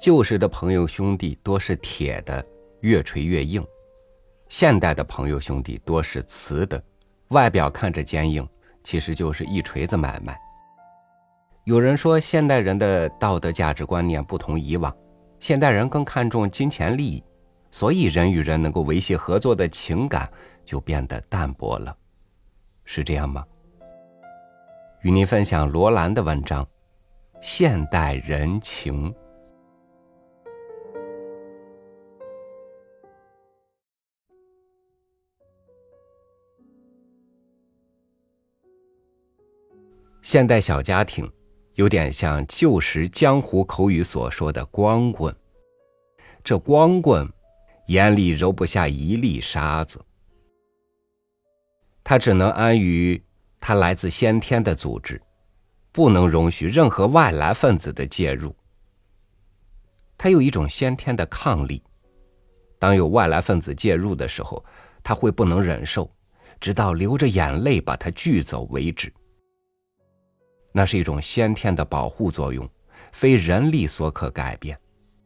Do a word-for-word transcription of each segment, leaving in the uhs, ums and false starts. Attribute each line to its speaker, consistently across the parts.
Speaker 1: 旧时的朋友兄弟多是铁的，越锤越硬；现代的朋友兄弟多是瓷的，外表看着坚硬，其实就是一锤子买卖。有人说现代人的道德价值观念不同以往，现代人更看重金钱利益，所以人与人能够维系合作的情感就变得淡薄了，是这样吗？与您分享罗兰的文章《现代人情》。现代小家庭有点像旧时江湖口语所说的光棍，这光棍眼里揉不下一粒沙子，他只能安于他来自先天的组织，不能容许任何外来分子的介入。他有一种先天的抗力，当有外来分子介入的时候，他会不能忍受，直到流着眼泪把他拒走为止。那是一种先天的保护作用，非人力所可改变。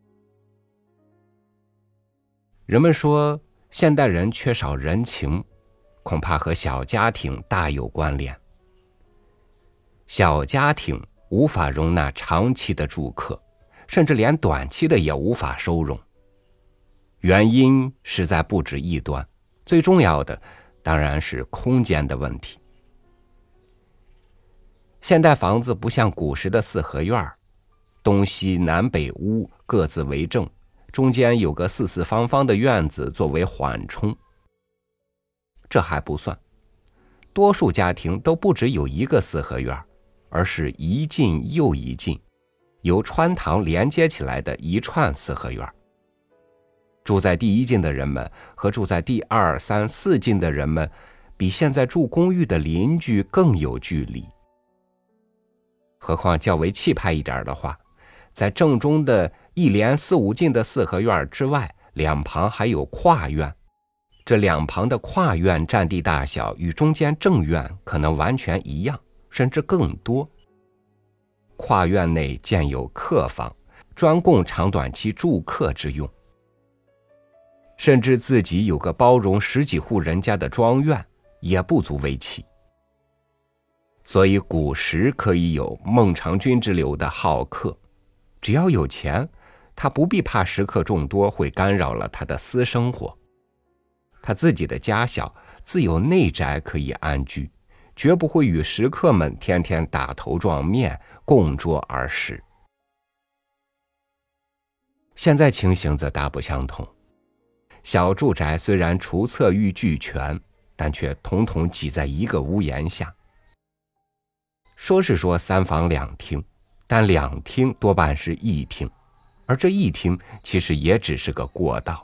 Speaker 1: 人们说现代人缺少人情，恐怕和小家庭大有关联。小家庭无法容纳长期的住客，甚至连短期的也无法收容。原因实在不止一端，最重要的当然是空间的问题。现代房子不像古时的四合院，东西南北屋各自为正，中间有个四四方方的院子作为缓冲。这还不算，多数家庭都不只有一个四合院，而是一进又一进，由穿堂连接起来的一串四合院。住在第一进的人们和住在第二、三、四进的人们，比现在住公寓的邻居更有距离。何况较为气派一点的话，在正中的一连四五进的四合院之外，两旁还有跨院，这两旁的跨院占地大小与中间正院可能完全一样，甚至更多。跨院内建有客房，专供长短期住客之用，甚至自己有个包容十几户人家的庄院，也不足为奇。所以古时可以有孟尝君之流的好客，只要有钱，他不必怕食客众多会干扰了他的私生活。他自己的家小，自有内宅可以安居，绝不会与食客们天天打头撞面，共桌而食。现在情形则大不相同，小住宅虽然除厕浴俱全，但却统统挤在一个屋檐下。说是说三房两厅，但两厅多半是一厅，而这一厅其实也只是个过道。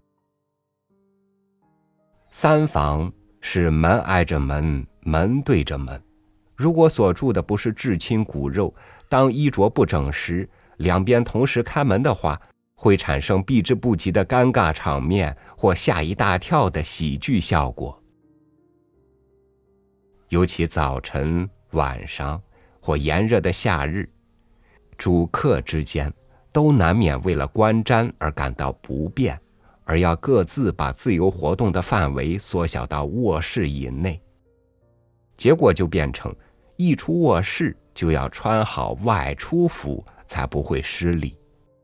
Speaker 1: 三房是门挨着门，门对着门，如果所住的不是至亲骨肉，当衣着不整时，两边同时开门的话，会产生避之不及的尴尬场面或吓一大跳的喜剧效果。尤其早晨晚上或炎热的夏日，主客之间都难免为了观瞻而感到不便，而要各自把自由活动的范围缩小到卧室以内。结果就变成一出卧室就要穿好外出服，才不会失礼。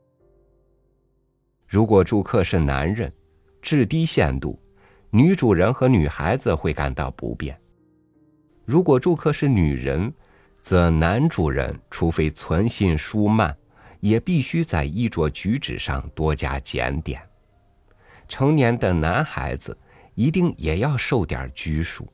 Speaker 1: 如果住客是男人，至低限度，女主人和女孩子会感到不便。如果住客是女人，则男主人除非存心疏慢，也必须在衣着举止上多加检点。成年的男孩子一定也要受点拘束。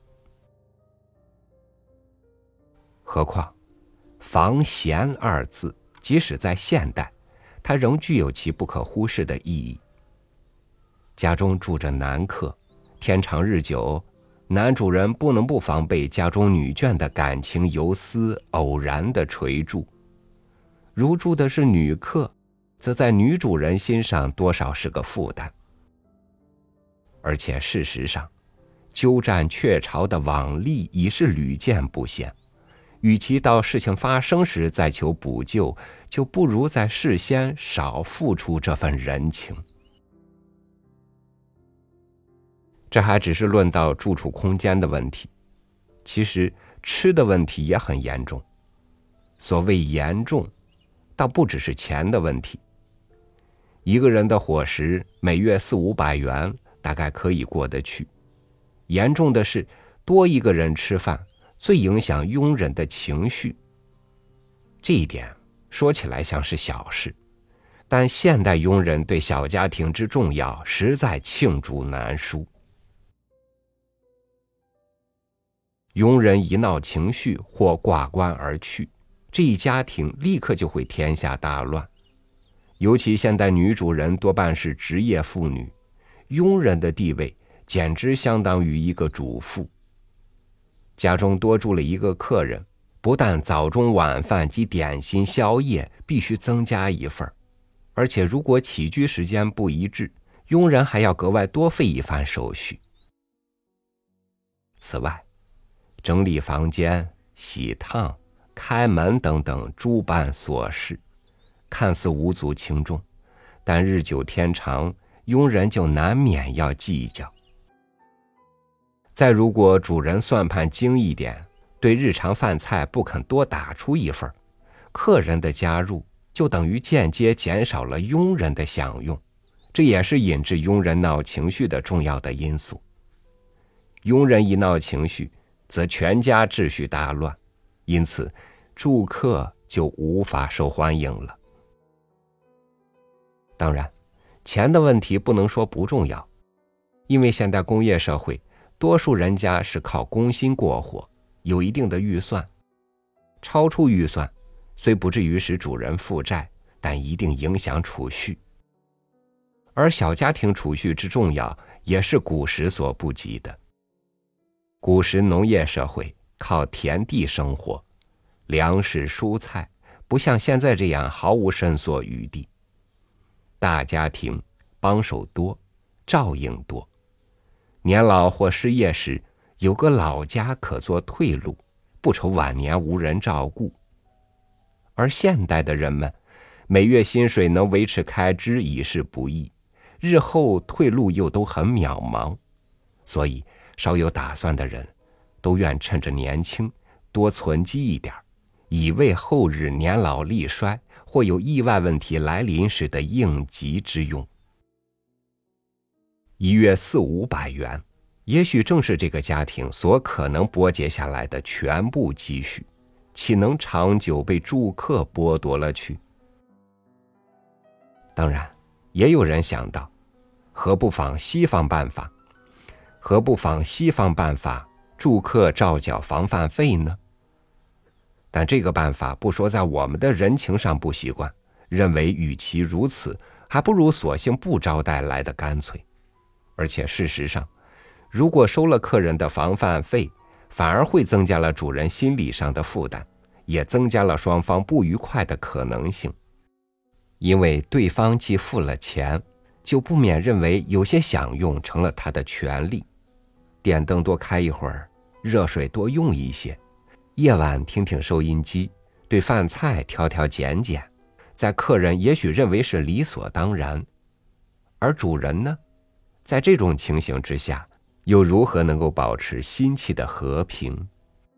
Speaker 1: 何况房闲二字，即使在现代，它仍具有其不可忽视的意义。家中住着男客，天长日久，男主人不能不防备家中女眷的感情游丝偶然的垂注。如住的是女客，则在女主人心上多少是个负担。而且事实上，鸠占鹊巢的往例已是屡见不鲜， 与其到事情发生时再求补救，就不如在事先少付出这份人情。这还只是论到住处空间的问题，其实吃的问题也很严重。所谓严重，倒不只是钱的问题。一个人的伙食每月四五百元，大概可以过得去。严重的是，多一个人吃饭，最影响佣人的情绪。这一点说起来像是小事，但现代佣人对小家庭之重要，实在罄竹难书。佣人一闹情绪或挂冠而去，这一家庭立刻就会天下大乱。尤其现代女主人多半是职业妇女，佣人的地位简直相当于一个主妇。家中多住了一个客人，不但早中晚饭及点心宵夜必须增加一份，而且如果起居时间不一致，佣人还要格外多费一番手续。此外，整理房间、洗烫、开门等等诸般琐事，看似无足轻重，但日久天长，佣人就难免要计较。再如果主人算盘精一点，对日常饭菜不肯多打出一份，客人的加入就等于间接减少了佣人的享用，这也是引致佣人闹情绪的重要的因素。佣人一闹情绪，则全家秩序大乱，因此住客就无法受欢迎了。当然，钱的问题不能说不重要，因为现代工业社会，多数人家是靠工薪过活，有一定的预算。超出预算，虽不至于使主人负债，但一定影响储蓄。而小家庭储蓄之重要，也是古时所不及的。古时农业社会靠田地生活，粮食蔬菜不像现在这样毫无伸缩余地。大家庭帮手多，照应多，年老或失业时有个老家可做退路，不愁晚年无人照顾。而现代的人们，每月薪水能维持开支已是不易，日后退路又都很渺茫，所以稍有打算的人都愿趁着年轻多存积一点，以为后日年老力衰或有意外问题来临时的应急之用。一月四五百元，也许正是这个家庭所可能拨结下来的全部积蓄，岂能长久被住客剥夺了去？当然，也有人想到，何不仿西方办法？何不仿西方办法，住客照缴房饭费呢？但这个办法不说在我们的人情上不习惯，认为与其如此，还不如索性不招待来的干脆。而且事实上，如果收了客人的房饭费，反而会增加了主人心理上的负担，也增加了双方不愉快的可能性。因为对方既付了钱，就不免认为有些享用成了他的权利。电灯多开一会儿，热水多用一些，夜晚听听收音机，对饭菜挑挑拣拣，在客人也许认为是理所当然。而主人呢，在这种情形之下，又如何能够保持心气的和平？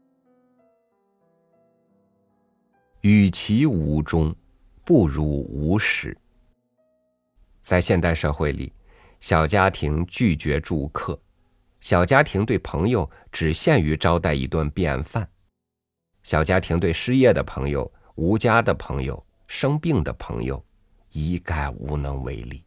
Speaker 1: 与其无终，不如无始。在现代社会里，小家庭拒绝住客，小家庭对朋友只限于招待一顿便饭，小家庭对失业的朋友、无家的朋友、生病的朋友，一概无能为力。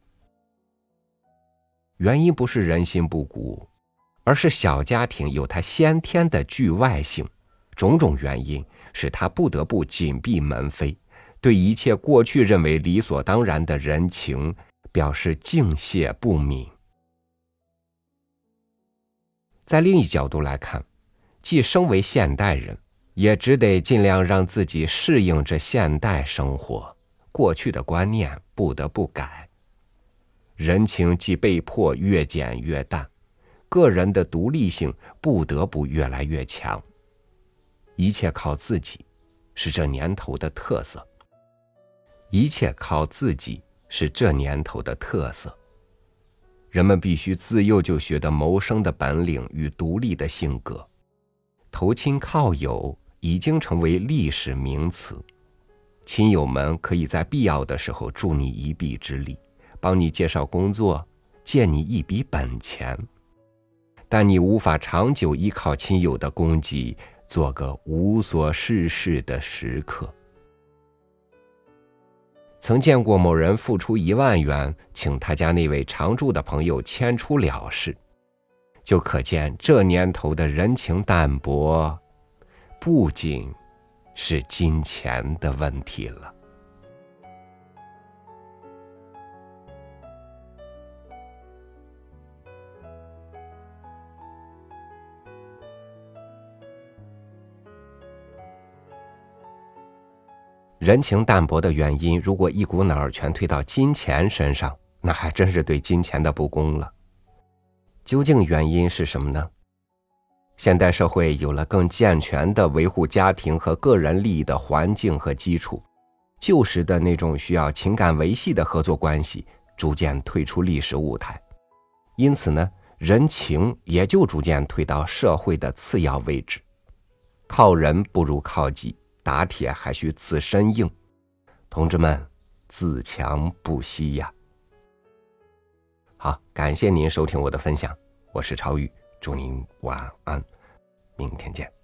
Speaker 1: 原因不是人心不古，而是小家庭有它先天的局外性，种种原因使它不得不紧闭门扉，对一切过去认为理所当然的人情表示敬谢不敏。在另一角度来看，既身为现代人，也只得尽量让自己适应这现代生活，过去的观念不得不改。人情既被迫越减越淡，个人的独立性不得不越来越强。 一切靠自己是这年头的特色。一切靠自己是这年头的特色。人们必须自幼就学得谋生的本领与独立的性格。投亲靠友已经成为历史名词。亲友们可以在必要的时候助你一臂之力，帮你介绍工作，借你一笔本钱。但你无法长久依靠亲友的供给，做个无所事事的食客。曾见过某人付出一万元，请他家那位常住的朋友迁出了事，就可见这年头的人情淡薄，不仅是金钱的问题了。人情淡薄的原因，如果一股脑儿全推到金钱身上，那还真是对金钱的不公了。究竟原因是什么呢？现代社会有了更健全的维护家庭和个人利益的环境和基础，旧时的那种需要情感维系的合作关系逐渐退出历史舞台，因此呢，人情也就逐渐退到社会的次要位置。靠人不如靠己，打铁还需自身硬，同志们，自强不息呀！好，感谢您收听我的分享，我是超宇，祝您晚安，明天见。